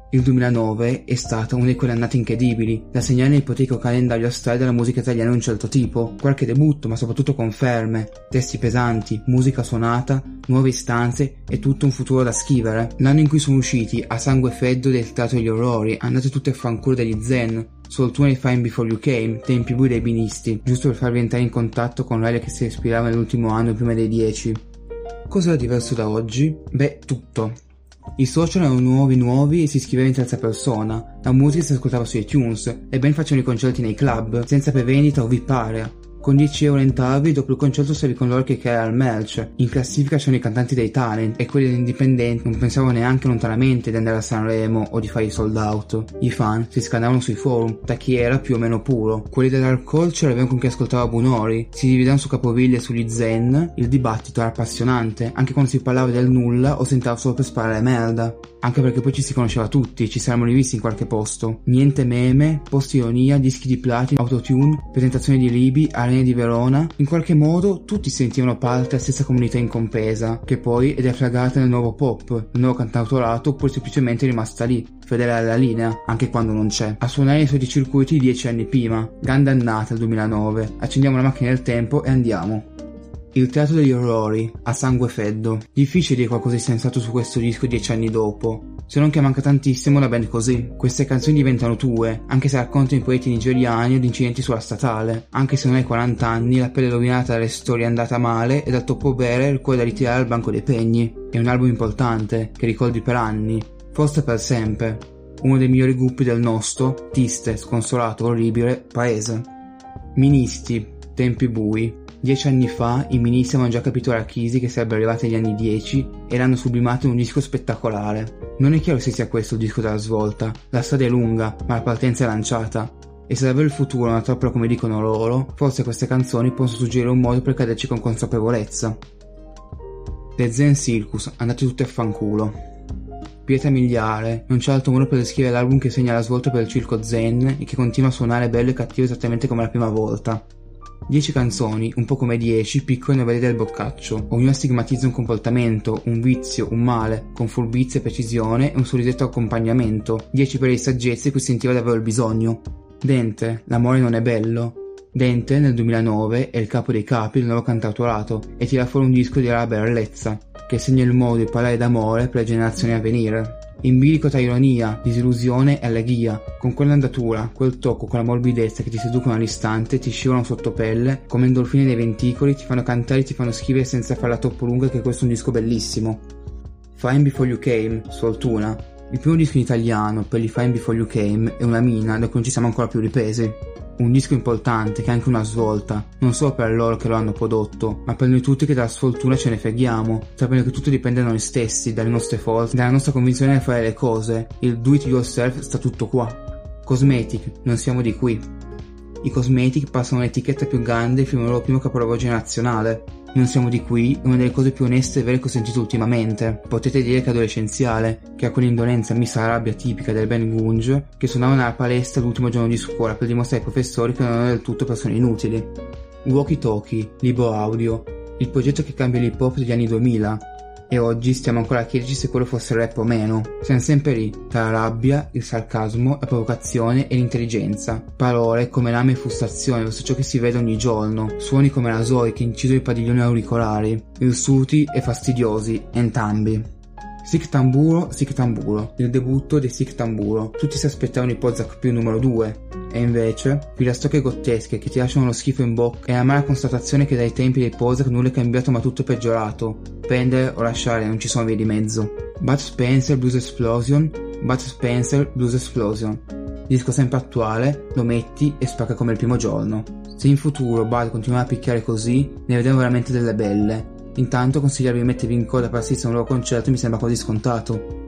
Il 2009 è stata una di quelle annate incredibili, da segnare nell'ipotico calendario astale della musica italiana di un certo tipo, qualche debutto ma soprattutto conferme, testi pesanti, musica suonata, nuove istanze e tutto un futuro da scrivere. L'anno in cui sono usciti A Sangue Freddo del Teatro degli Orrori, Andate tutte a fanculo degli Zen, Soltuna di Fine Before You Came, Tempi bui dei Binisti, giusto per farvi entrare in contatto con l'aria che si respirava nell'ultimo anno prima dei 10. Cosa era diverso da oggi? Beh, tutto. I social erano nuovi e si scriveva in terza persona, la musica si ascoltava su iTunes, le band facevano i concerti nei club, senza prevendita o VIP area. Con 10 euro entravi, dopo il concerto stavi con loro che creava il merch. In classifica c'erano i cantanti dei talent e quelli indipendenti non pensavano neanche lontanamente di andare a Sanremo o di fare i sold out. I fan si scannavano sui forum da chi era più o meno puro. Quelli dell'hard culture avevano con chi ascoltava Bunori, si dividevano su capoviglie e sugli zen. Il dibattito era appassionante, anche quando si parlava del nulla o si entrava solo per sparare merda. Anche perché poi ci si conosceva tutti, ci saremmo rivisti in qualche posto. Niente meme, post ironia, dischi di platino, autotune, presentazioni di Libi, arene di Verona. In qualche modo tutti si sentivano parte della stessa comunità incompresa, che poi è deflagrata nel nuovo pop, nel nuovo cantautorato, oppure semplicemente rimasta lì, fedele alla linea, anche quando non c'è. A suonare nei soliti circuiti 10 anni prima. Grande annata il 2009. Accendiamo la macchina del tempo e andiamo. Il Teatro degli Orrori, A Sangue Freddo. Difficile dire qualcosa di sensato su questo disco 10 anni dopo, se non che manca tantissimo la band così. Queste canzoni diventano tue, anche se raccontano i poeti nigeriani o di incidenti sulla statale. Anche se non hai 40 anni, la pelle rovinata dalle storie andata male e dal troppo bere il cuore da ritirare al banco dei pegni. È un album importante, che ricordi per anni, forse per sempre. Uno dei migliori gruppi del nostro, triste, sconsolato, orribile, paese. Ministi, tempi bui. 10 anni fa i Ministri avevano già capito la crisi che sarebbe arrivata agli anni 10 e l'hanno sublimato in un disco spettacolare. Non è chiaro se sia questo il disco della svolta. La strada è lunga, ma la partenza è lanciata. E se davvero il futuro è una trappola come dicono loro, forse queste canzoni possono suggerire un modo per caderci con consapevolezza. The Zen Circus, andate tutti a fanculo. Pietra miliare, non c'è altro modo per descrivere l'album che segna la svolta per il circo zen e che continua a suonare bello e cattivo esattamente come la prima volta. 10 canzoni, un po' come 10 piccole novelle del Boccaccio, ognuna stigmatizza un comportamento, un vizio, un male, con furbizia e precisione e un sorrisetto accompagnamento. 10 per le saggezze cui sentiva davvero il bisogno. Dente, l'amore non è bello. Dente, nel 2009, è il capo dei capi del nuovo cantautorato e tira fuori un disco di rara bellezza, che segna il modo di parlare d'amore per le generazioni a venire. In bilico tra ironia, disillusione e allegria, con quell'andatura, quel tocco, quella morbidezza che ti seducono all'istante e ti scivolano sotto pelle, come endorfine nei venticoli, ti fanno cantare e ti fanno scrivere senza farla troppo lunga che questo è un disco bellissimo. Fine Before You Came, Soltuna. Il primo disco in italiano per gli Fine Before You Came è una mina da cui non ci siamo ancora più ripresi. Un disco importante che è anche una svolta, non solo per loro che lo hanno prodotto, ma per noi tutti che dalla sfortuna ce ne freghiamo, sapendo che tutto dipende da noi stessi, dalle nostre forze, dalla nostra convinzione di fare le cose. Il do it yourself sta tutto qua. Cosmetic, non siamo di qui. I Cosmetic passano l'etichetta più grande fino al loro primo capolavoro generazionale. Non siamo di qui è una delle cose più oneste e vere che ho sentito ultimamente. Potete dire che è adolescenziale, che ha quell'indolenza mista alla rabbia tipica del band grunge che suonavano alla palestra l'ultimo giorno di scuola per dimostrare ai professori che non erano del tutto persone inutili. Walkie Talkie, libro audio, il progetto che cambia l'hip hop degli anni 2000. E oggi stiamo ancora a chiederci se quello fosse rap o meno. Siamo sempre lì, tra la rabbia, il sarcasmo, la provocazione e l'intelligenza. Parole come lame e frustrazione verso ciò che si vede ogni giorno. Suoni come rasoi che incidono i padiglioni auricolari. Irsuti e fastidiosi, entrambi. Sic Tamburo, il debutto dei Sic Tamburo. Tutti si aspettavano il Prozac più numero 2. E invece, qui la storie grottesche che ti lasciano lo schifo in bocca e la mala constatazione che dai tempi dei Prozac nulla è cambiato ma tutto è peggiorato. Prendere o lasciare, non ci sono vie di mezzo. Bud Spencer Blues Explosion. Disco sempre attuale, lo metti e spacca come il primo giorno. Se in futuro Bud continuerà a picchiare così, ne vedremo veramente delle belle. Intanto consigliarvi di mettervi in coda per assistere a un loro concerto mi sembra quasi scontato.